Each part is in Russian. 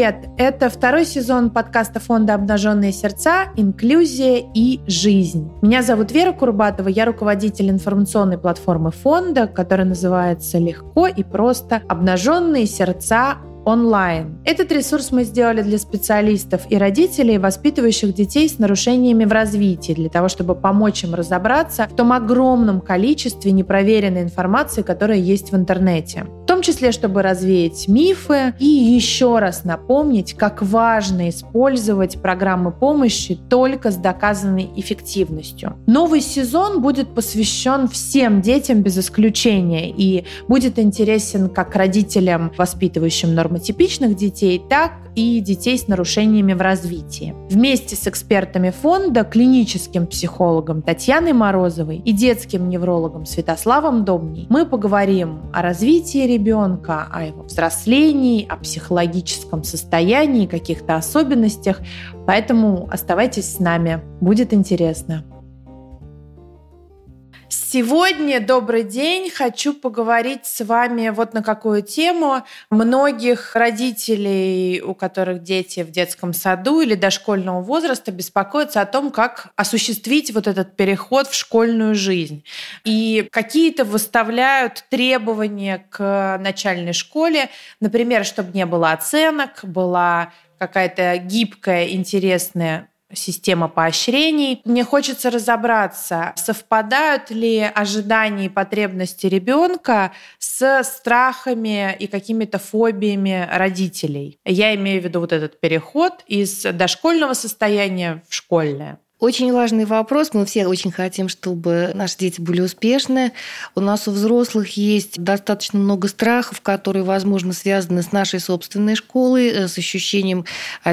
привет! Это второй сезон подкаста фонда «Обнаженные сердца. Инклюзия и жизнь». Меня зовут Вера Курбатова, я руководитель информационной платформы фонда, которая называется легко и просто «Обнаженные сердца онлайн». Этот ресурс мы сделали для специалистов и родителей, воспитывающих детей с нарушениями в развитии, для того, чтобы помочь им разобраться в том огромном количестве непроверенной информации, которая есть в интернете. В том числе, чтобы развеять мифы и еще раз напомнить, как важно использовать программы помощи только с доказанной эффективностью. Новый сезон будет посвящен всем детям без исключения и будет интересен как родителям, воспитывающим нормотипичных детей, так и детей с нарушениями в развитии. Вместе с экспертами фонда, клиническим психологом Татьяной Морозовой и детским неврологом Святославом Домней мы поговорим о развитии ребенка, о его взрослении, о психологическом состоянии, каких-то особенностях. Поэтому оставайтесь с нами, будет интересно. Сегодня, добрый день, хочу поговорить с вами вот на какую тему. Многих родителей, у которых дети в детском саду или дошкольного возраста, беспокоятся о том, как осуществить вот этот переход в школьную жизнь. И какие-то выставляют требования к начальной школе, например, чтобы не было оценок, была какая-то гибкая, интересная система поощрений. Мне хочется разобраться, совпадают ли ожидания и потребности ребенка с страхами и какими-то фобиями родителей. Я имею в виду вот этот переход из дошкольного состояния в школьное. Очень важный вопрос. Мы все очень хотим, чтобы наши дети были успешны. У нас у взрослых есть достаточно много страхов, которые, возможно, связаны с нашей собственной школой, с ощущением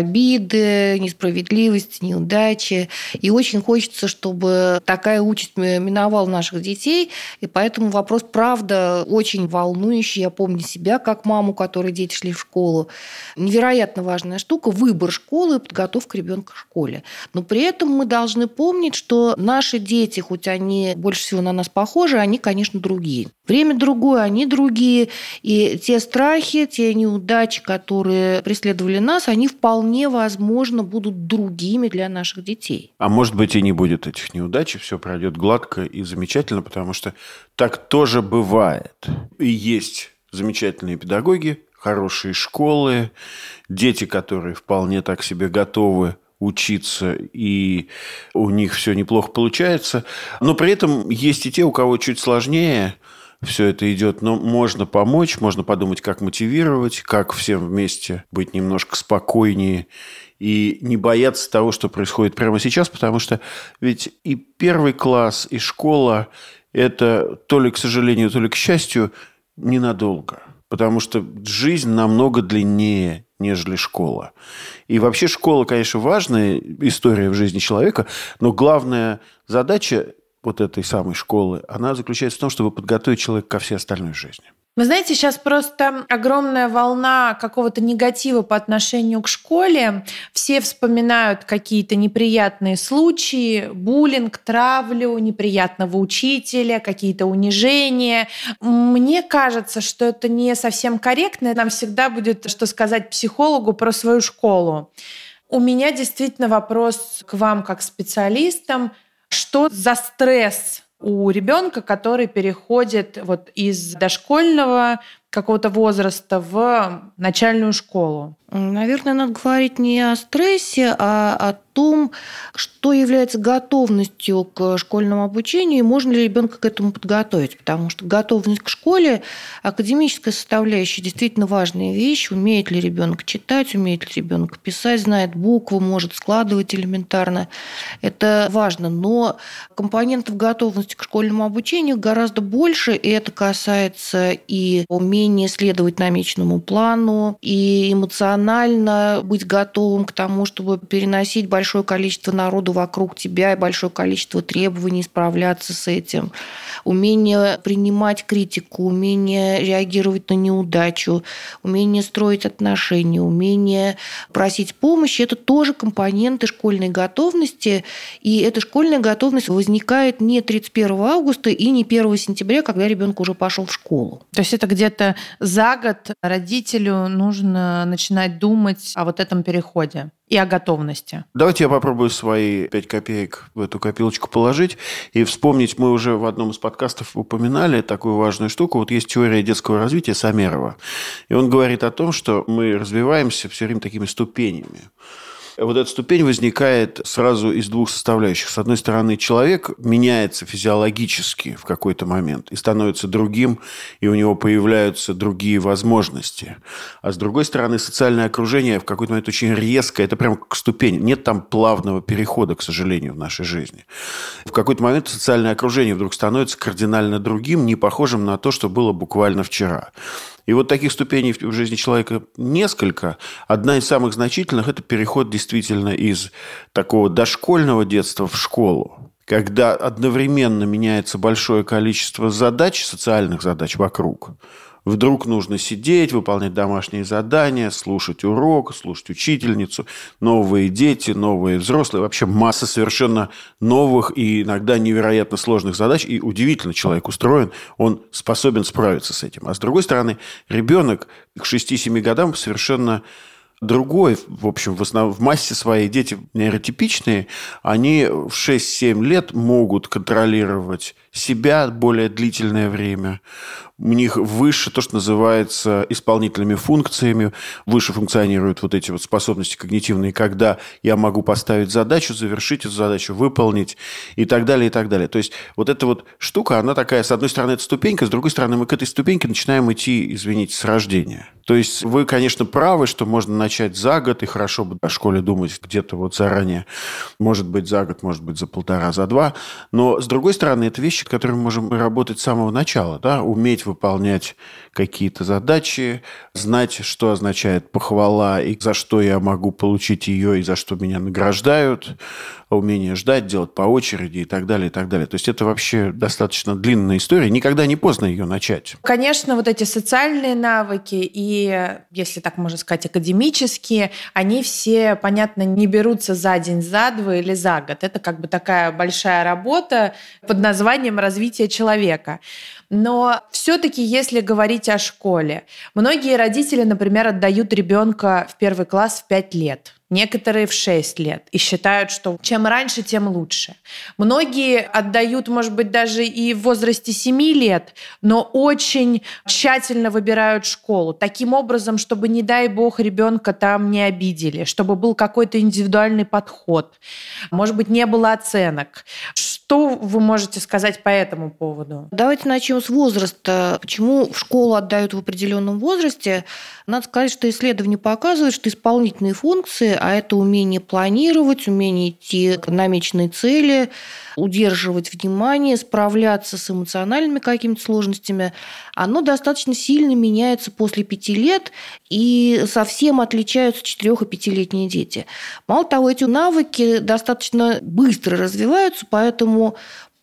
обиды, несправедливости, неудачи. И очень хочется, чтобы такая участь миновала наших детей. И поэтому вопрос, правда, очень волнующий. Я помню себя как маму, которой дети шли в школу. Невероятно важная штука – выбор школы и подготовка ребенка к школе. Но при этом мы должны помнить, что наши дети, хоть они больше всего на нас похожи, они, конечно, другие. Время другое, они другие. И те страхи, те неудачи, которые преследовали нас, они вполне возможно будут другими для наших детей. А может быть, и не будет этих неудач, и все пройдет гладко и замечательно, потому что так тоже бывает. И есть замечательные педагоги, хорошие школы, дети, которые вполне так себе готовы учиться, и у них все неплохо получается. Но при этом есть и те, у кого чуть сложнее все это идет. Но можно помочь, можно подумать, как мотивировать, как всем вместе быть немножко спокойнее и не бояться того, что происходит прямо сейчас, потому что ведь и первый класс, и школа – это то ли к сожалению, то ли к счастью, ненадолго. Потому что жизнь намного длиннее, нежели школа. И вообще школа, конечно, важная история в жизни человека, но главная задача вот этой самой школы, она заключается в том, чтобы подготовить человека ко всей остальной жизни. Вы знаете, сейчас просто огромная волна какого-то негатива по отношению к школе. Все вспоминают какие-то неприятные случаи, буллинг, травлю, неприятного учителя, какие-то унижения. Мне кажется, что это не совсем корректно. Нам всегда будет что сказать психологу про свою школу. У меня действительно вопрос к вам как специалистам. Что за стресс у ребенка, который переходит вот из дошкольного какого-то возраста в начальную школу? Наверное, надо говорить не о стрессе, а о том, что является готовностью к школьному обучению и можно ли ребенка к этому подготовить. Потому что готовность к школе, академическая составляющая, действительно важная вещь. Умеет ли ребенок читать, умеет ли ребенок писать, знает буквы, может складывать элементарно. Это важно. Но компонентов готовности к школьному обучению гораздо больше, и это касается и умения следовать намеченному плану, и эмоционально быть готовым к тому, чтобы переносить большое количество народу вокруг тебя и большое количество требований, справляться с этим. Умение принимать критику, умение реагировать на неудачу, умение строить отношения, умение просить помощи – это тоже компоненты школьной готовности. И эта школьная готовность возникает не 31 августа и не 1 сентября, когда ребенок уже пошел в школу. То есть это где-то уже за год родителю нужно начинать думать о вот этом переходе и о готовности. Давайте я попробую свои 5 копеек в эту копилочку положить и вспомнить. Мы уже в одном из подкастов упоминали такую важную штуку. Вот есть теория детского развития Самерова. И он говорит о том, что мы развиваемся все время такими ступенями. Вот эта ступень возникает сразу из двух составляющих. С одной стороны, человек меняется физиологически в какой-то момент и становится другим, и у него появляются другие возможности. А с другой стороны, социальное окружение в какой-то момент очень резко, это прям как ступень. Нет там плавного перехода, к сожалению, в нашей жизни. В какой-то момент социальное окружение вдруг становится кардинально другим, не похожим на то, что было буквально вчера. И вот таких ступеней в жизни человека несколько. Одна из самых значительных – это переход действительно из такого дошкольного детства в школу, когда одновременно меняется большое количество задач, социальных задач вокруг. Вдруг нужно сидеть, выполнять домашние задания, слушать урок, слушать учительницу, новые дети, новые взрослые. Вообще масса совершенно новых и иногда невероятно сложных задач. И удивительно человек устроен, он способен справиться с этим. А с другой стороны, ребенок к 6-7 годам совершенно другой, в общем, в основном, в массе своей дети нейротипичные, они в 6-7 лет могут контролировать себя более длительное время. У них выше то, что называется исполнительными функциями, выше функционируют вот эти вот способности когнитивные, когда я могу поставить задачу, завершить эту задачу, выполнить и так далее, и так далее. То есть вот эта вот штука, она такая, с одной стороны, это ступенька, с другой стороны, мы к этой ступеньке начинаем идти, извините, с рождения. То есть вы, конечно, правы, что можно начать за год, и хорошо бы о школе думать где-то вот заранее. Может быть, за год, может быть, за 1,5, за 2. Но, с другой стороны, это вещи, которые мы можем работать с самого начала, да, уметь выполнять какие-то задачи, знать, что означает похвала и за что я могу получить ее и за что меня награждают, умение ждать, делать по очереди и так далее, и так далее. То есть это вообще достаточно длинная история. Никогда не поздно ее начать. Конечно, вот эти социальные навыки и, если так можно сказать, академические, они все, понятно, не берутся за день, за 2 или за год. Это как бы такая большая работа под названием «Развитие человека». Но все-таки, если говорить о школе, многие родители, например, отдают ребенка в 1 класс в 5 лет. Некоторые в 6 лет и считают, что чем раньше, тем лучше. Многие отдают, может быть, даже и в возрасте 7 лет, но очень тщательно выбирают школу. Таким образом, чтобы, не дай бог, ребенка там не обидели, чтобы был какой-то индивидуальный подход. Может быть, не было оценок. Что вы можете сказать по этому поводу? Давайте начнем с возраста. Почему в школу отдают в определенном возрасте? Надо сказать, что исследования показывают, что исполнительные функции, а это умение планировать, умение идти к намеченной цели, удерживать внимание, справляться с эмоциональными какими-то сложностями, оно достаточно сильно меняется после 5 лет, и совсем отличаются 4- и 5-летние дети. Мало того, эти навыки достаточно быстро развиваются, поэтому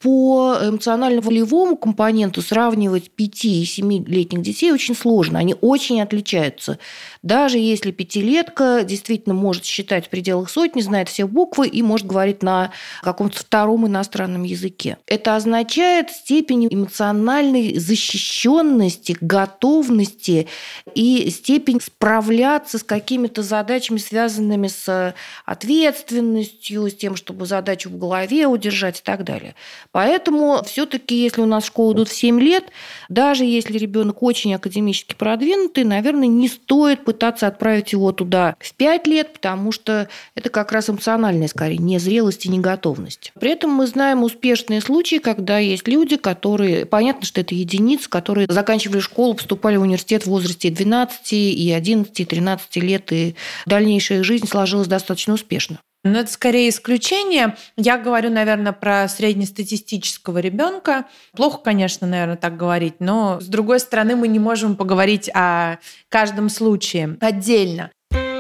по эмоционально-волевому компоненту сравнивать 5- и 7-летних детей очень сложно. Они очень отличаются. Даже если 5-летка действительно может считать в пределах сотни, знает все буквы и может говорить на каком-то втором иностранном языке. Это означает степень эмоциональной защищенности, готовности и степень справляться с какими-то задачами, связанными с ответственностью, с тем, чтобы задачу в голове удержать и так далее. Поэтому все-таки, если у нас в школу идут в 7 лет, даже если ребенок очень академически продвинутый, наверное, не стоит пытаться отправить его туда в 5 лет, потому что это как раз эмоциональная, скорее, незрелость и неготовность. При этом мы знаем успешные случаи, когда есть люди, которые, понятно, что это единицы, которые заканчивали школу, поступали в университет в возрасте 12, и 11, и 13 лет, и дальнейшая их жизнь сложилась достаточно успешно. Но это скорее исключение. Я говорю, наверное, про среднестатистического ребенка. Плохо, конечно, наверное, так говорить, но, с другой стороны, мы не можем поговорить о каждом случае отдельно.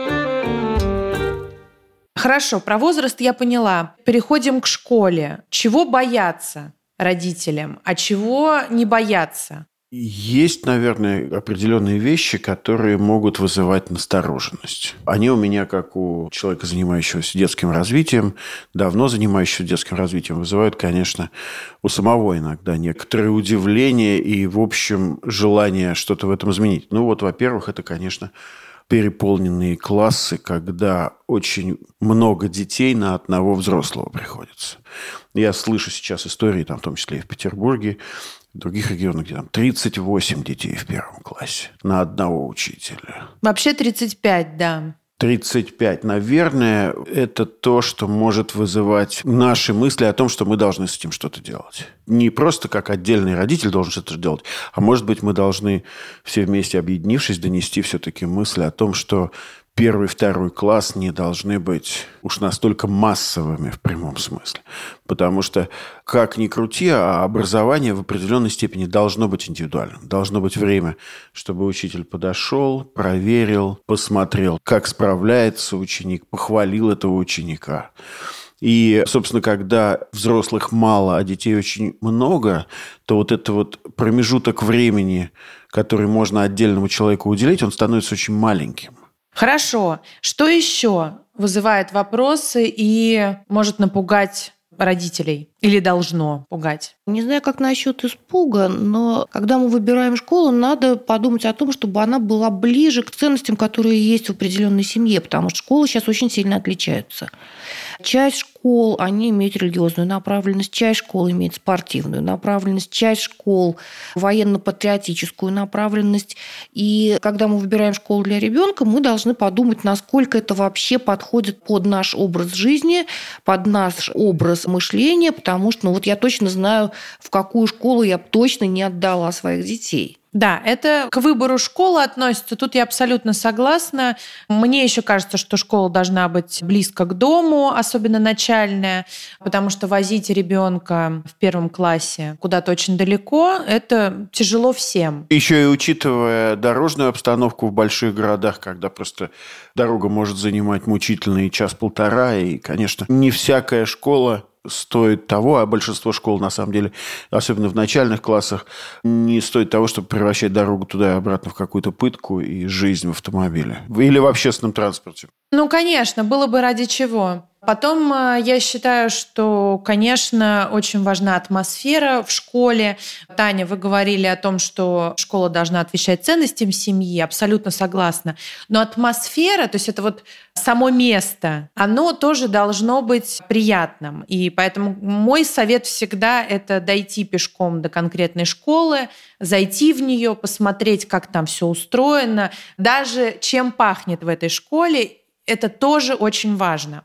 Хорошо, про возраст я поняла. Переходим к школе. Чего бояться родителям, а чего не бояться? Есть, наверное, определенные вещи, которые могут вызывать настороженность. Они у меня, как у человека, занимающегося детским развитием, давно занимающегося детским развитием, вызывают, конечно, у самого иногда некоторые удивления и, в общем, желание что-то в этом изменить. Ну вот, во-первых, это, конечно, переполненные классы, когда очень много детей на одного взрослого приходится. Я слышу сейчас истории, там, в том числе и в Петербурге, в других регионах, где там 38 детей в первом классе на одного учителя. Вообще 35, да. 35, наверное, это то, что может вызывать наши мысли о том, что мы должны с этим что-то делать. Не просто как отдельный родитель должен что-то делать, а может быть, мы должны все вместе, объединившись, донести все-таки мысль о том, что первый, второй класс не должны быть уж настолько массовыми в прямом смысле. Потому что, как ни крути, а образование в определенной степени должно быть индивидуальным. Должно быть время, чтобы учитель подошел, проверил, посмотрел, как справляется ученик, похвалил этого ученика. И, собственно, когда взрослых мало, а детей очень много, то вот этот вот промежуток времени, который можно отдельному человеку уделить, он становится очень маленьким. Хорошо. Что еще вызывает вопросы и может напугать родителей? Или должно пугать? Не знаю, как насчет испуга, но когда мы выбираем школу, надо подумать о том, чтобы она была ближе к ценностям, которые есть в определенной семье, потому что школы сейчас очень сильно отличаются. Часть школ, они имеют религиозную направленность, часть школ имеет спортивную направленность, часть школ военно-патриотическую направленность. И когда мы выбираем школу для ребенка, мы должны подумать, насколько это вообще подходит под наш образ жизни, под наш образ мышления, потому что вот я точно знаю, в какую школу я точно не отдала своих детей. Да, это к выбору школы относится. Тут я абсолютно согласна. Мне еще кажется, что школа должна быть близко к дому, особенно начальная, потому что возить ребенка в первом классе куда-то очень далеко, это тяжело всем. Еще и учитывая дорожную обстановку в больших городах, когда просто дорога может занимать мучительный час-полтора, и, конечно, не всякая школа стоит того, а большинство школ, на самом деле, особенно в начальных классах, не стоит того, чтобы превращать дорогу туда и обратно в какую-то пытку и жизнь в автомобиле. Или в общественном транспорте. Ну, конечно, было бы ради чего. Потом я считаю, что, конечно, очень важна атмосфера в школе. Таня, вы говорили о том, что школа должна отвечать ценностям семьи. Абсолютно согласна. Но атмосфера, то есть это вот само место, оно тоже должно быть приятным. И поэтому мой совет всегда – это дойти пешком до конкретной школы, зайти в нее, посмотреть, как там все устроено. Даже чем пахнет в этой школе, это тоже очень важно.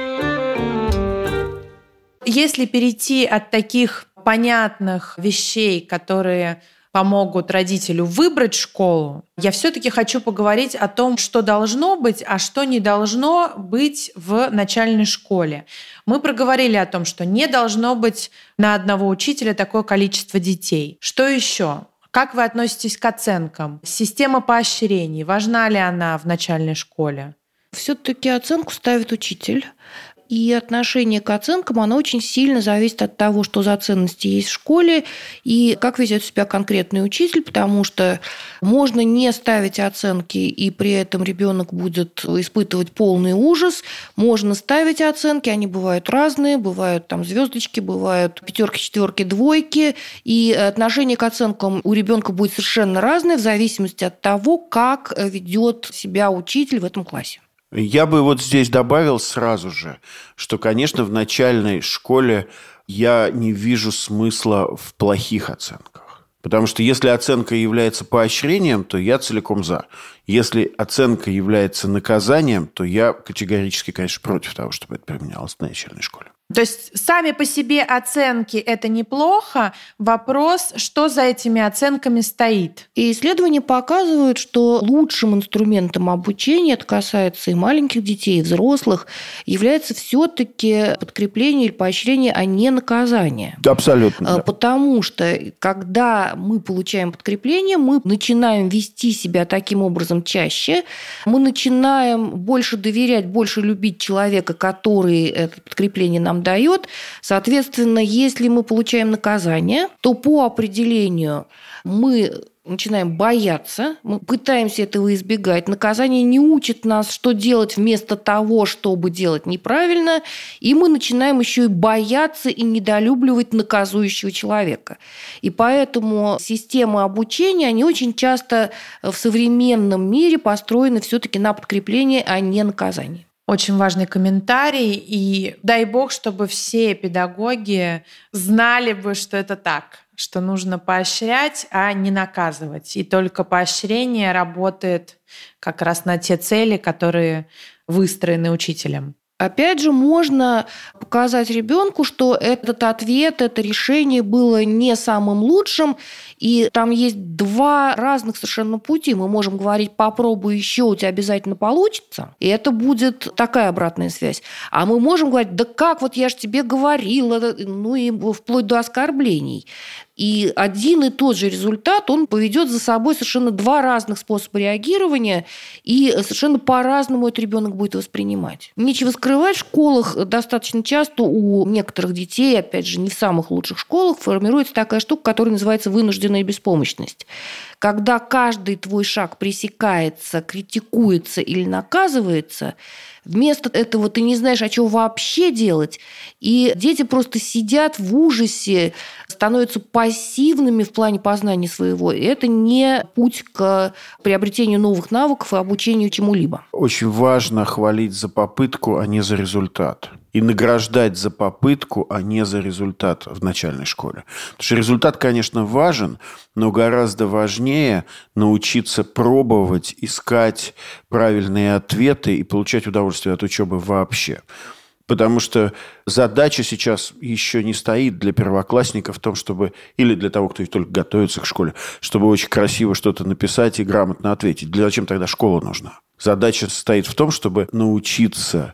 Если перейти от таких понятных вещей, которые помогут родителю выбрать школу, я все-таки хочу поговорить о том, что должно быть, а что не должно быть в начальной школе. Мы проговорили о том, что не должно быть на одного учителя такое количество детей. Что еще? Как вы относитесь к оценкам? Система поощрений, важна ли она в начальной школе? Все-таки оценку ставит учитель. И отношение к оценкам, оно очень сильно зависит от того, что за ценности есть в школе и как ведет себя конкретный учитель, потому что можно не ставить оценки, и при этом ребенок будет испытывать полный ужас. Можно ставить оценки, они бывают разные, бывают там звездочки, бывают пятерки, четверки, двойки, и отношение к оценкам у ребенка будет совершенно разное в зависимости от того, как ведет себя учитель в этом классе. Я бы вот здесь добавил сразу же, что, конечно, в начальной школе я не вижу смысла в плохих оценках. Потому что если оценка является поощрением, то я целиком за. Если оценка является наказанием, то я категорически, конечно, против того, чтобы это применялось в начальной школе. То есть сами по себе оценки – это неплохо. Вопрос, что за этими оценками стоит. И исследования показывают, что лучшим инструментом обучения, это касается и маленьких детей, и взрослых, является все-таки подкрепление или поощрение, а не наказание. Абсолютно. Потому что, когда мы получаем подкрепление, мы начинаем вести себя таким образом чаще, мы начинаем больше доверять, больше любить человека, который это подкрепление нам дает. Соответственно, если мы получаем наказание, то по определению мы начинаем бояться, мы пытаемся этого избегать. Наказание не учит нас, что делать вместо того, чтобы делать неправильно, и мы начинаем еще и бояться и недолюбливать наказующего человека. И поэтому системы обучения, они очень часто в современном мире построены все-таки на подкреплении, а не наказании. Очень важный комментарий, и дай бог, чтобы все педагоги знали бы, что это так, что нужно поощрять, а не наказывать. И только поощрение работает как раз на те цели, которые выстроены учителем. Опять же, можно показать ребенку, что этот ответ, это решение было не самым лучшим, и там есть два разных совершенно пути. Мы можем говорить: попробуй еще, у тебя обязательно получится, и это будет такая обратная связь. А мы можем говорить: да как, вот я же тебе говорила, ну и вплоть до оскорблений. И один и тот же результат, он поведет за собой совершенно два разных способа реагирования, и совершенно по-разному этот ребенок будет воспринимать. Нечего скрывать, в школах достаточно часто у некоторых детей, опять же, не в самых лучших школах, формируется такая штука, которая называется вынужденная беспомощность. Когда каждый твой шаг пресекается, критикуется или наказывается, вместо этого ты не знаешь, а что вообще делать, и дети просто сидят в ужасе, становятся пассивными в плане познания своего. И это не путь к приобретению новых навыков и обучению чему-либо. Очень важно хвалить за попытку, а не за результат. И награждать за попытку, а не за результат в начальной школе. Потому что результат, конечно, важен, но гораздо важнее научиться пробовать, искать правильные ответы и получать удовольствие от учебы вообще. Потому что задача сейчас еще не стоит для первоклассника в том, чтобы, или для того, кто только готовится к школе, чтобы очень красиво что-то написать и грамотно ответить. Зачем тогда школа нужна? Задача состоит в том, чтобы учиться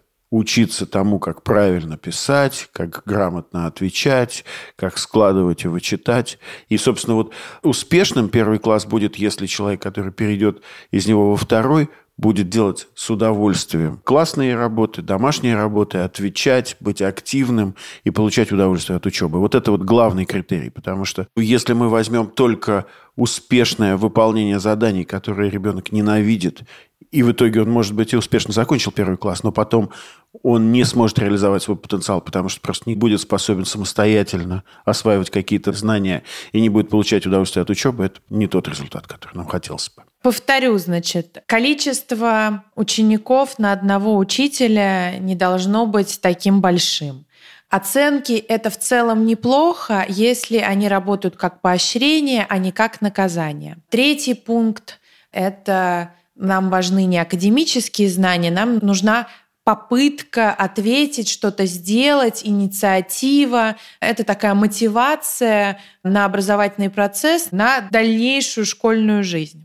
тому, как правильно писать, как грамотно отвечать, как складывать и вычитать. И, собственно, вот успешным первый класс будет, если человек, который перейдет из него во второй, будет делать с удовольствием классные работы, домашние работы, отвечать, быть активным и получать удовольствие от учебы. Вот это вот главный критерий, потому что если мы возьмем только успешное выполнение заданий, которые ребенок ненавидит, и в итоге он, может быть, и успешно закончил первый класс, но потом он не сможет реализовать свой потенциал, потому что просто не будет способен самостоятельно осваивать какие-то знания и не будет получать удовольствие от учебы, это не тот результат, который нам хотелось бы. Повторю, значит, количество учеников на одного учителя не должно быть таким большим. Оценки – это в целом неплохо, если они работают как поощрение, а не как наказание. Третий пункт – это нам важны не академические знания, нам нужна попытка ответить, что-то сделать, инициатива. Это такая мотивация на образовательный процесс, на дальнейшую школьную жизнь.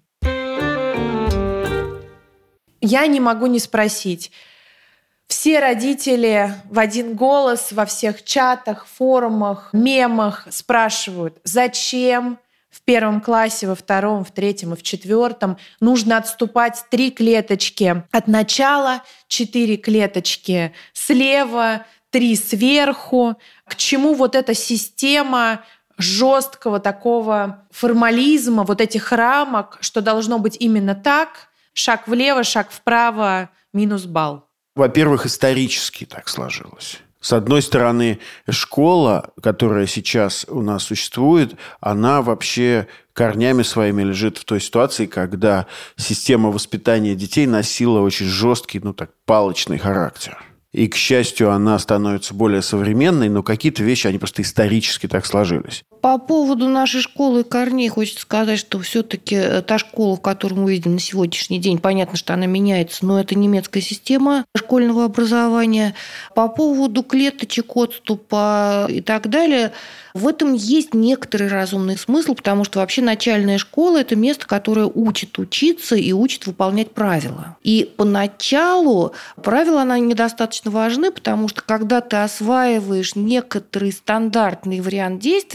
Я не могу не спросить. Все родители в один голос во всех чатах, форумах, мемах спрашивают, зачем в первом классе, во втором, в третьем и в четвертом нужно отступать 3 клеточки от начала, 4 клеточки слева, 3 сверху. К чему вот эта система жесткого такого формализма, вот этих рамок, что должно быть именно так, шаг влево, шаг вправо, минус балл? Во-первых, исторически так сложилось. С одной стороны, школа, которая сейчас у нас существует, она вообще корнями своими лежит в той ситуации, когда система воспитания детей носила очень жесткий, палочный характер. И, к счастью, она становится более современной, но какие-то вещи, они просто исторически так сложились. По поводу нашей школы и корней хочется сказать, что все-таки та школа, в которой мы видим на сегодняшний день, понятно, что она меняется, но это немецкая система школьного образования. По поводу клеточек, отступа и так далее, в этом есть некоторый разумный смысл, потому что вообще начальная школа – это место, которое учит учиться и учит выполнять правила. И поначалу правила, они недостаточно важны, потому что когда ты осваиваешь некоторый стандартный вариант действия, потом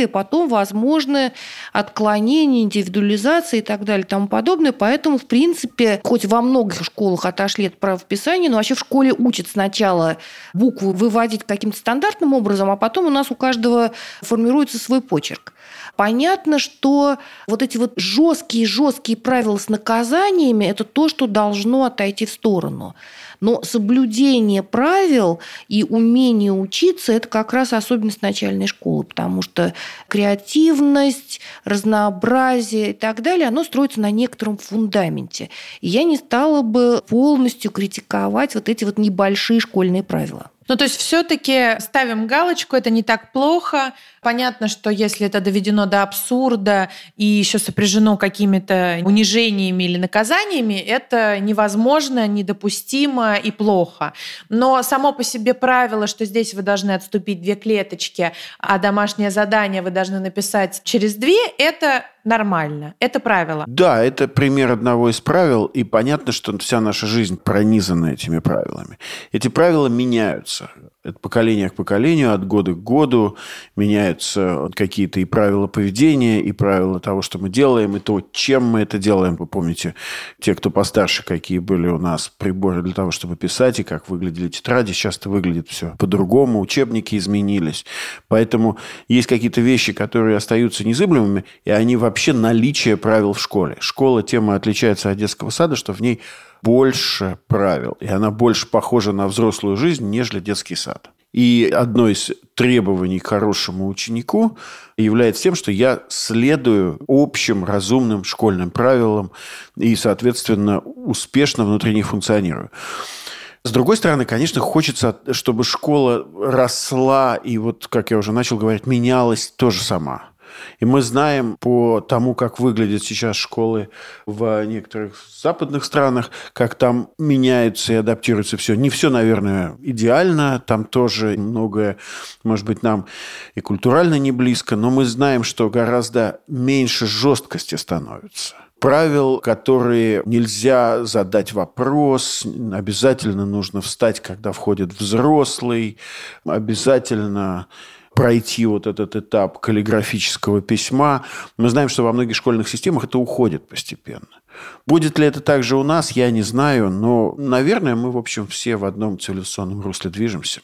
потом возможны отклонения, индивидуализация и так далее и тому подобное. Поэтому, в принципе, хоть во многих школах отошли от правописания, но вообще в школе учат сначала букву выводить каким-то стандартным образом, а потом у нас у каждого формируется свой почерк. Понятно, что вот эти вот жесткие правила с наказаниями – это то, что должно отойти в сторону. Но соблюдение правил и умение учиться – это как раз особенность начальной школы, потому что креативность, разнообразие и так далее, оно строится на некотором фундаменте. И я не стала бы полностью критиковать вот эти вот небольшие школьные правила. Ну, то есть все-таки ставим галочку, это не так плохо. Понятно, что если это доведено до абсурда и еще сопряжено какими-то унижениями или наказаниями, это невозможно, недопустимо и плохо. Но само по себе правило, что здесь вы должны отступить 2 клеточки, а домашнее задание вы должны написать через 2, это нормально, это правило. Да, это пример одного из правил, и понятно, что вся наша жизнь пронизана этими правилами. Эти правила меняются от поколения к поколению, от года к году. Меняются какие-то и правила поведения, и правила того, что мы делаем, и то, чем мы это делаем. Вы помните, те, кто постарше, какие были у нас приборы для того, чтобы писать, и как выглядели тетради. Сейчас-то выглядит все по-другому, учебники изменились. Поэтому есть какие-то вещи, которые остаются незыблемыми, и они вообще наличие правил в школе. Школа тем и отличается от детского сада, что в ней больше правил, и она больше похожа на взрослую жизнь, нежели детский сад. И одно из требований к хорошему ученику является тем, что я следую общим разумным школьным правилам и, соответственно, успешно внутри них функционирую. С другой стороны, конечно, хочется, чтобы школа росла и, вот, как я уже начал говорить, менялась тоже сама. И мы знаем по тому, как выглядят сейчас школы в некоторых западных странах, как там меняются и адаптируется все. Не все, наверное, идеально. Там тоже многое, может быть, нам и культурально не близко. Но мы знаем, что гораздо меньше жесткости становится. Правил, которые нельзя задать вопрос, обязательно нужно встать, когда входит взрослый, обязательно пройти вот этот этап каллиграфического письма. Мы знаем, что во многих школьных системах это уходит постепенно. Будет ли это так же у нас, я не знаю, но, наверное, мы, в общем, все в одном цивилизационном русле движемся.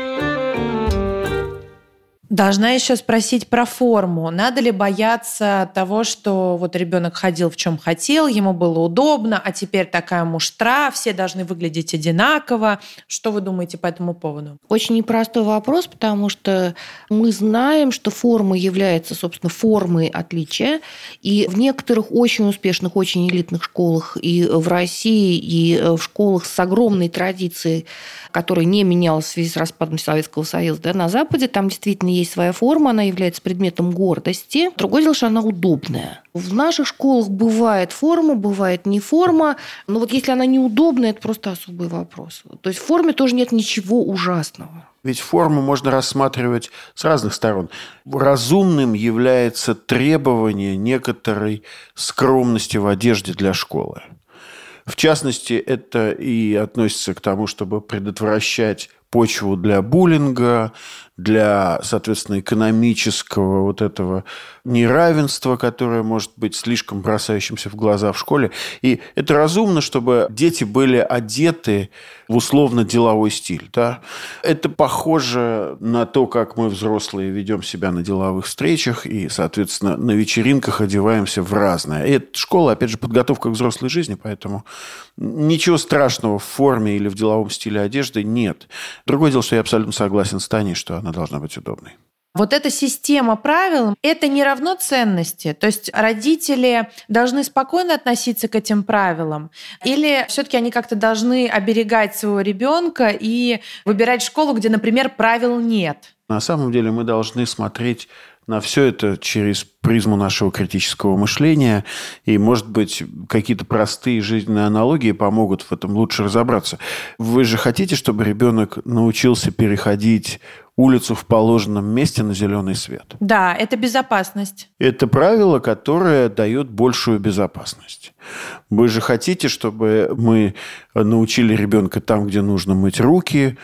Должна еще спросить про форму. Надо ли бояться того, что вот ребенок ходил в чем хотел, ему было удобно, а теперь такая муштра, все должны выглядеть одинаково. Что вы думаете по этому поводу? Очень непростой вопрос, потому что мы знаем, что форма является, собственно, формой отличия. И в некоторых очень успешных, очень элитных школах и в России, и в школах с огромной традицией, которая не менялась в связи с распадом Советского Союза, да, на Западе, там действительно есть своя форма, она является предметом гордости. Другое дело, что она удобная. В наших школах бывает форма, бывает не форма, но вот если она неудобная, это просто особый вопрос. То есть в форме тоже нет ничего ужасного. Ведь форму можно рассматривать с разных сторон. Разумным является требование некоторой скромности в одежде для школы. В частности, это и относится к тому, чтобы предотвращать почву для буллинга, для, соответственно, экономического вот этого неравенства, которое может быть слишком бросающимся в глаза в школе. И это разумно, чтобы дети были одеты в условно-деловой стиль. Да? Это похоже на то, как мы, взрослые, ведем себя на деловых встречах и, соответственно, на вечеринках одеваемся в разное. И это школа, опять же, подготовка к взрослой жизни, поэтому ничего страшного в форме или в деловом стиле одежды нет. Другое дело, что я абсолютно согласен с Таней, что она должна быть удобной. Вот эта система правил – это не равно ценности. То есть родители должны спокойно относиться к этим правилам? Или все-таки они как-то должны оберегать своего ребенка и выбирать школу, где, например, правил нет? На самом деле мы должны смотреть на все это через призму нашего критического мышления. И, может быть, какие-то простые жизненные аналогии помогут в этом лучше разобраться. Вы же хотите, чтобы ребенок научился переходить улицу в положенном месте на зеленый свет? Да, это безопасность. Это правило, которое дает большую безопасность. Вы же хотите, чтобы мы научили ребенка там, где нужно мыть руки,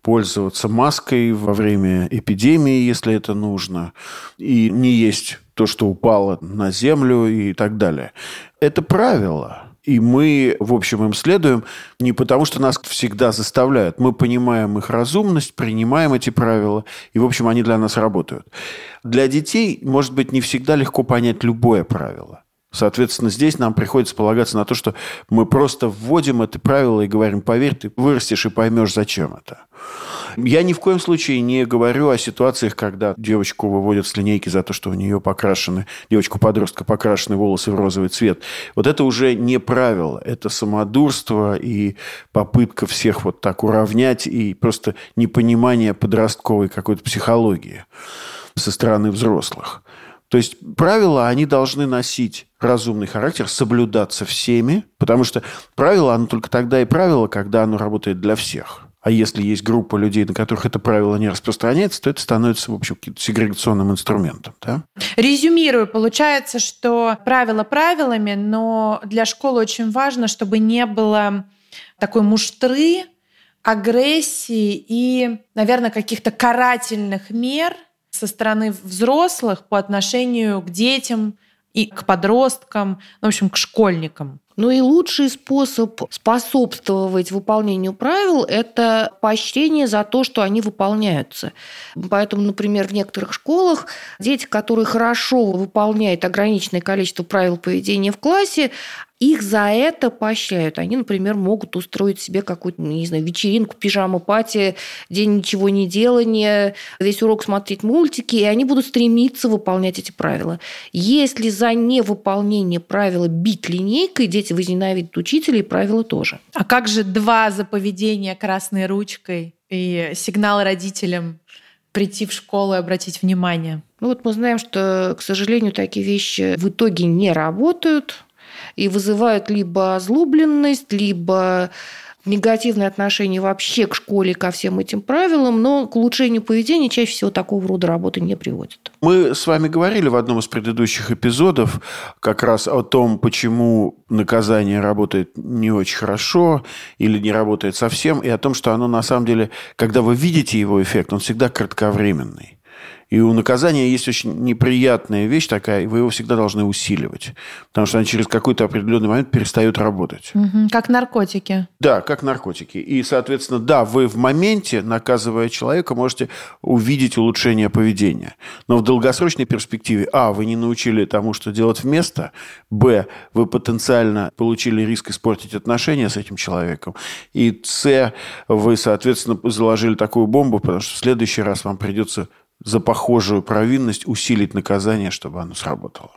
пользоваться маской во время эпидемии, если это нужно, и не есть то, что упало на землю и так далее. Это правила. И мы, в общем, им следуем не потому, что нас всегда заставляют. Мы понимаем их разумность, принимаем эти правила, и, в общем, они для нас работают. Для детей, может быть, не всегда легко понять любое правило. Соответственно, здесь нам приходится полагаться на то, что мы просто вводим это правило и говорим: поверь, ты вырастешь и поймешь, зачем это. Я ни в коем случае не говорю о ситуациях, когда девочку выводят с линейки за то, что у нее девочку-подростка покрашены волосы в розовый цвет. Вот это уже не правило, это самодурство и попытка всех вот так уравнять и просто непонимание подростковой какой-то психологии со стороны взрослых. То есть правила, они должны носить разумный характер, соблюдаться всеми, потому что правило, оно только тогда и правило, когда оно работает для всех. А если есть группа людей, на которых это правило не распространяется, то это становится, в общем, каким-то сегрегационным инструментом. Да? Резюмирую, получается, что правила правилами, но для школы очень важно, чтобы не было такой муштры, агрессии и, наверное, каких-то карательных мер со стороны взрослых по отношению к детям и к подросткам, в общем, к школьникам. Ну и лучший способ способствовать выполнению правил – это поощрение за то, что они выполняются. Поэтому, например, в некоторых школах дети, которые хорошо выполняют ограниченное количество правил поведения в классе, их за это поощряют. Они, например, могут устроить себе какую-то, не знаю, вечеринку, пижама-пати, день ничего не делания, весь урок смотреть мультики, и они будут стремиться выполнять эти правила. Если за невыполнение правила бить линейкой, дети возненавидят учителя, и правила тоже. А как же 2 за поведение красной ручкой и сигнал родителям прийти в школу и обратить внимание? Ну вот мы знаем, что, к сожалению, такие вещи в итоге не работают и вызывают либо озлобленность, либо негативное отношение вообще к школе, ко всем этим правилам, но к улучшению поведения чаще всего такого рода работы не приводит. Мы с вами говорили в одном из предыдущих эпизодов как раз о том, почему наказание работает не очень хорошо или не работает совсем, и о том, что оно на самом деле, когда вы видите его эффект, он всегда кратковременный. И у наказания есть очень неприятная вещь такая, и вы его всегда должны усиливать. Потому что она через какой-то определенный момент перестает работать. Как наркотики. Да, как наркотики. И, соответственно, да, вы в моменте, наказывая человека, можете увидеть улучшение поведения. Но в долгосрочной перспективе, вы не научили тому, что делать вместо, вы потенциально получили риск испортить отношения с этим человеком, и вы, соответственно, заложили такую бомбу, потому что в следующий раз вам придется за похожую провинность усилить наказание, чтобы оно сработало.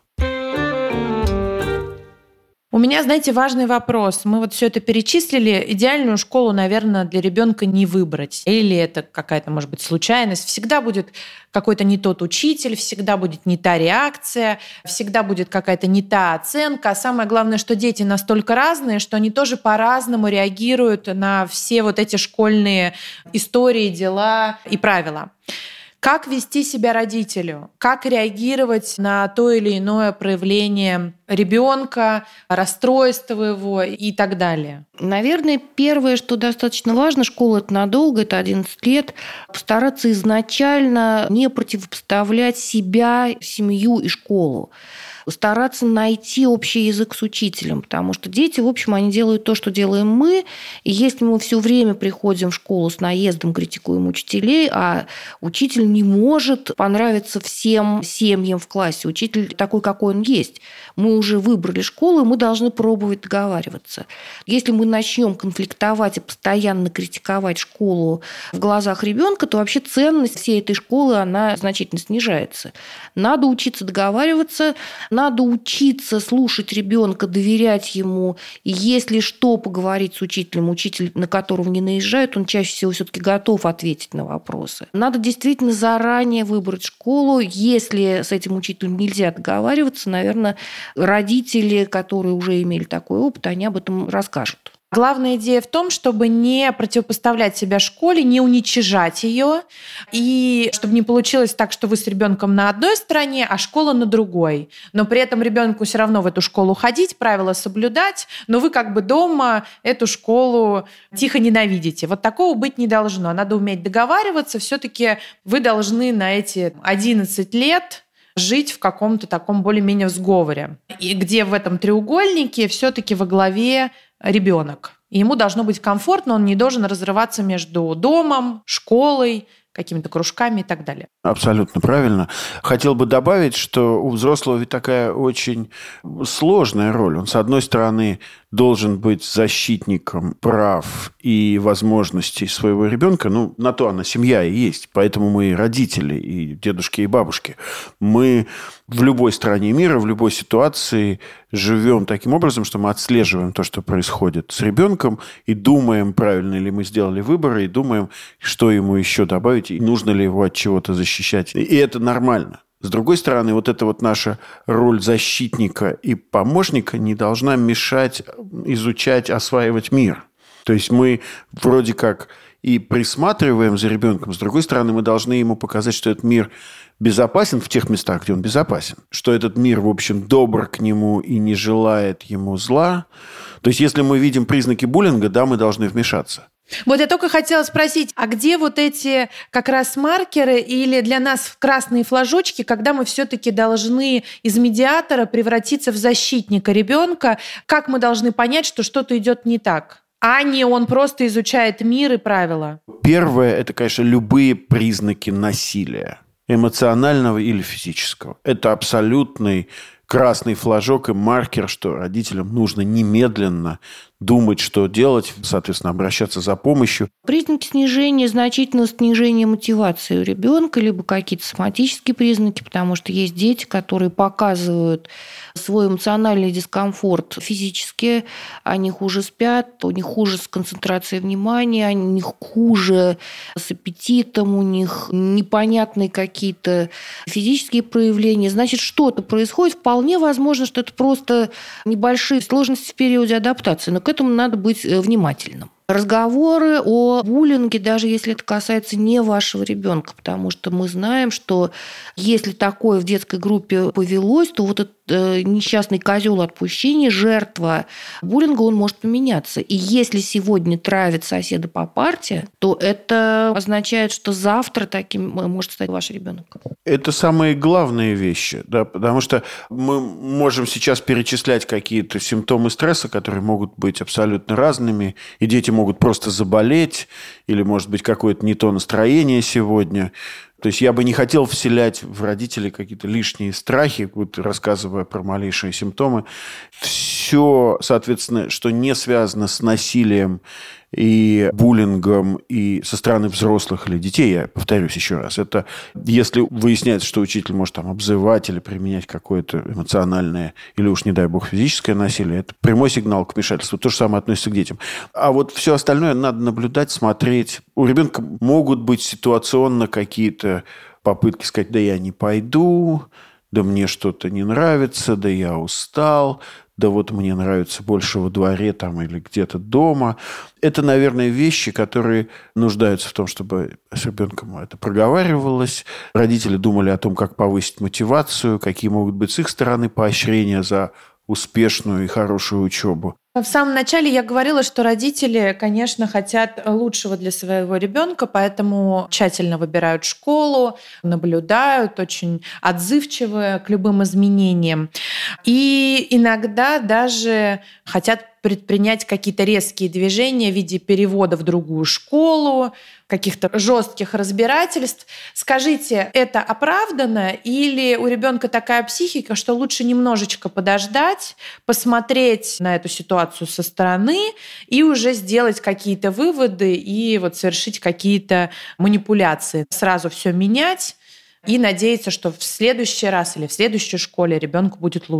У меня, знаете, важный вопрос. Мы вот все это перечислили. Идеальную школу, наверное, для ребенка не выбрать. Или это какая-то, может быть, случайность. Всегда будет какой-то не тот учитель, всегда будет не та реакция, всегда будет какая-то не та оценка. А самое главное, что дети настолько разные, что они тоже по-разному реагируют на все вот эти школьные истории, дела и правила. Как вести себя родителю? Как реагировать на то или иное проявление ребенка, расстройство его и так далее? Наверное, первое, что достаточно важно, школа – это надолго, это 11 лет, постараться изначально не противопоставлять себя, семью и школу. Стараться найти общий язык с учителем, потому что дети, в общем, они делают то, что делаем мы, и если мы все время приходим в школу с наездом, критикуем учителей, а учитель не может понравиться всем семьям в классе, учитель такой, какой он есть. Мы уже выбрали школу, и мы должны пробовать договариваться. Если мы начнем конфликтовать и постоянно критиковать школу в глазах ребенка, то вообще ценность всей этой школы, она значительно снижается. Надо учиться договариваться, надо учиться слушать ребенка, доверять ему. И если что, поговорить с учителем. Учитель, на которого не наезжают, он чаще всего все-таки готов ответить на вопросы. Надо действительно заранее выбрать школу. Если с этим учителем нельзя договариваться, наверное, родители, которые уже имели такой опыт, они об этом расскажут. Главная идея в том, чтобы не противопоставлять себя школе, не уничижать ее, и чтобы не получилось так, что вы с ребенком на одной стороне, а школа на другой. Но при этом ребенку все равно в эту школу ходить, правила соблюдать, но вы как бы дома эту школу тихо ненавидите. Вот такого быть не должно. Надо уметь договариваться. Все-таки вы должны на эти 11 лет жить в каком-то таком более-менее сговоре. И где в этом треугольнике все-таки во главе ребенок. И ему должно быть комфортно, он не должен разрываться между домом, школой, какими-то кружками и так далее. Абсолютно правильно. Хотел бы добавить, что у взрослого ведь такая очень сложная роль. Он, с одной стороны, должен быть защитником прав и возможностей своего ребенка. Ну, на то она семья и есть. Поэтому мы и родители, и дедушки, и бабушки. Мы в любой стране мира, в любой ситуации живем таким образом, что мы отслеживаем то, что происходит с ребенком, и думаем, правильно ли мы сделали выбор, и думаем, что ему еще добавить, и нужно ли его от чего-то защищать. И это нормально. С другой стороны, вот эта вот наша роль защитника и помощника не должна мешать изучать, осваивать мир. То есть мы вроде как и присматриваем за ребенком, с другой стороны, мы должны ему показать, что этот мир безопасен в тех местах, где он безопасен, что этот мир, в общем, добр к нему и не желает ему зла. То есть если мы видим признаки буллинга, да, мы должны вмешаться. Вот я только хотела спросить, а где вот эти как раз маркеры или для нас красные флажочки, когда мы все-таки должны из медиатора превратиться в защитника ребенка? Как мы должны понять, что что-то идет не так? А не он просто изучает мир и правила? Первое – это, конечно, любые признаки насилия, эмоционального или физического. Это абсолютный красный флажок и маркер, что родителям нужно немедленно думать, что делать, соответственно, обращаться за помощью. Признаки снижения, значительного снижения мотивации у ребенка, либо какие-то соматические признаки, потому что есть дети, которые показывают свой эмоциональный дискомфорт физически, они хуже спят, у них хуже с концентрацией внимания, у них хуже с аппетитом, у них непонятные какие-то физические проявления. Значит, что-то происходит. Вполне возможно, что это просто небольшие сложности в периоде адаптации, но к этому надо быть внимательным. Разговоры о буллинге, даже если это касается не вашего ребенка, потому что мы знаем, что если такое в детской группе повелось, то вот этот несчастный козел отпущения, жертва буллинга, он может поменяться. И если сегодня травит соседа по парте, то это означает, что завтра таким может стать ваш ребенок. Это самые главные вещи, да, потому что мы можем сейчас перечислять какие-то симптомы стресса, которые могут быть абсолютно разными, и дети могут просто заболеть, или, может быть, какое-то не то настроение сегодня. То есть я бы не хотел вселять в родителей какие-то лишние страхи, вот рассказывая про малейшие симптомы. Все, соответственно, что не связано с насилием и буллингом и со стороны взрослых или детей, я повторюсь еще раз, это если выясняется, что учитель может там обзывать или применять какое-то эмоциональное или уж, не дай бог, физическое насилие, это прямой сигнал к вмешательству. То же самое относится к детям. А вот все остальное надо наблюдать, смотреть. У ребенка могут быть ситуационно какие-то попытки сказать: да я не пойду, да мне что-то не нравится, да я устал, да вот мне нравится больше во дворе там, или где-то дома. Это, наверное, вещи, которые нуждаются в том, чтобы с ребенком это проговаривалось. Родители думали о том, как повысить мотивацию, какие могут быть с их стороны поощрения за успешную и хорошую учебу. В самом начале я говорила, что родители, конечно, хотят лучшего для своего ребенка, поэтому тщательно выбирают школу, наблюдают, очень отзывчивы к любым изменениям. И иногда даже хотят предпринять какие-то резкие движения в виде перевода в другую школу, каких-то жестких разбирательств. Скажите, это оправдано или у ребенка такая психика, что лучше немножечко подождать, посмотреть на эту ситуацию со стороны и уже сделать какие-то выводы и вот совершить какие-то манипуляции, сразу все менять и надеяться, что в следующий раз или в следующей школе ребенку будет лучше?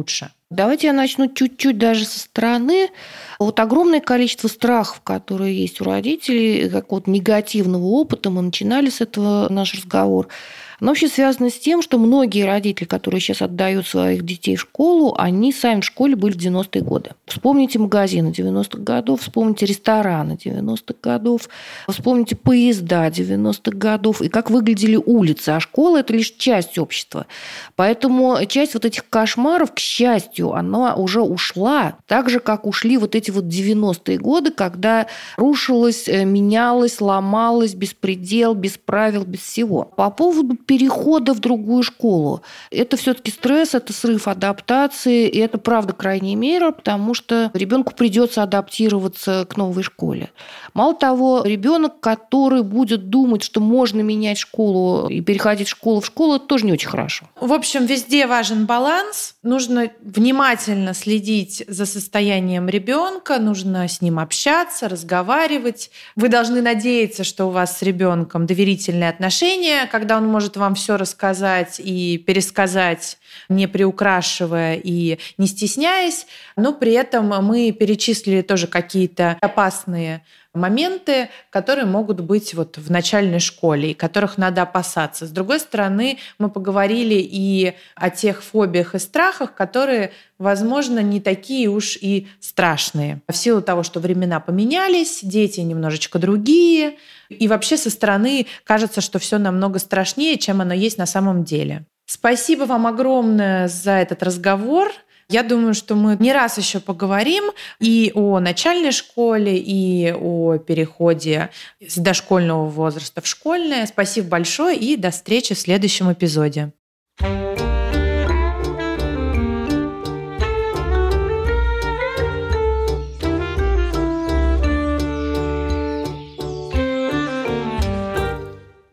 Давайте я начну чуть-чуть даже со стороны. Вот огромное количество страхов, которые есть у родителей, какого-то негативного опыта, мы начинали с этого наш разговор, оно вообще связано с тем, что многие родители, которые сейчас отдают своих детей в школу, они сами в школе были в 90-е годы. Вспомните магазины 90-х годов, вспомните рестораны 90-х годов, вспомните поезда 90-х годов и как выглядели улицы. А школа – это лишь часть общества. Поэтому часть вот этих кошмаров, к счастью, она уже ушла, так же, как ушли вот эти вот 90-е годы, когда рушилось, менялось, ломалось, беспредел, без правил, без всего. По поводу перехода в другую школу. Это все-таки стресс, это срыв адаптации, и это правда крайняя мера, потому что ребенку придется адаптироваться к новой школе. Мало того, ребенок, который будет думать, что можно менять школу и переходить в школу, это тоже не очень хорошо. В общем, везде важен баланс. Нужно внимательно следить за состоянием ребенка, нужно с ним общаться, разговаривать. Вы должны надеяться, что у вас с ребенком доверительные отношения, когда он может вам все рассказать и пересказать, не приукрашивая и не стесняясь. Но при этом мы перечислили тоже какие-то опасные моменты, которые могут быть вот в начальной школе и которых надо опасаться. С другой стороны, мы поговорили и о тех фобиях и страхах, которые, возможно, не такие уж и страшные. В силу того, что времена поменялись, дети немножечко другие, и вообще со стороны кажется, что все намного страшнее, чем оно есть на самом деле. Спасибо вам огромное за этот разговор. Я думаю, что мы не раз еще поговорим и о начальной школе, и о переходе с дошкольного возраста в школьное. Спасибо большое и до встречи в следующем эпизоде.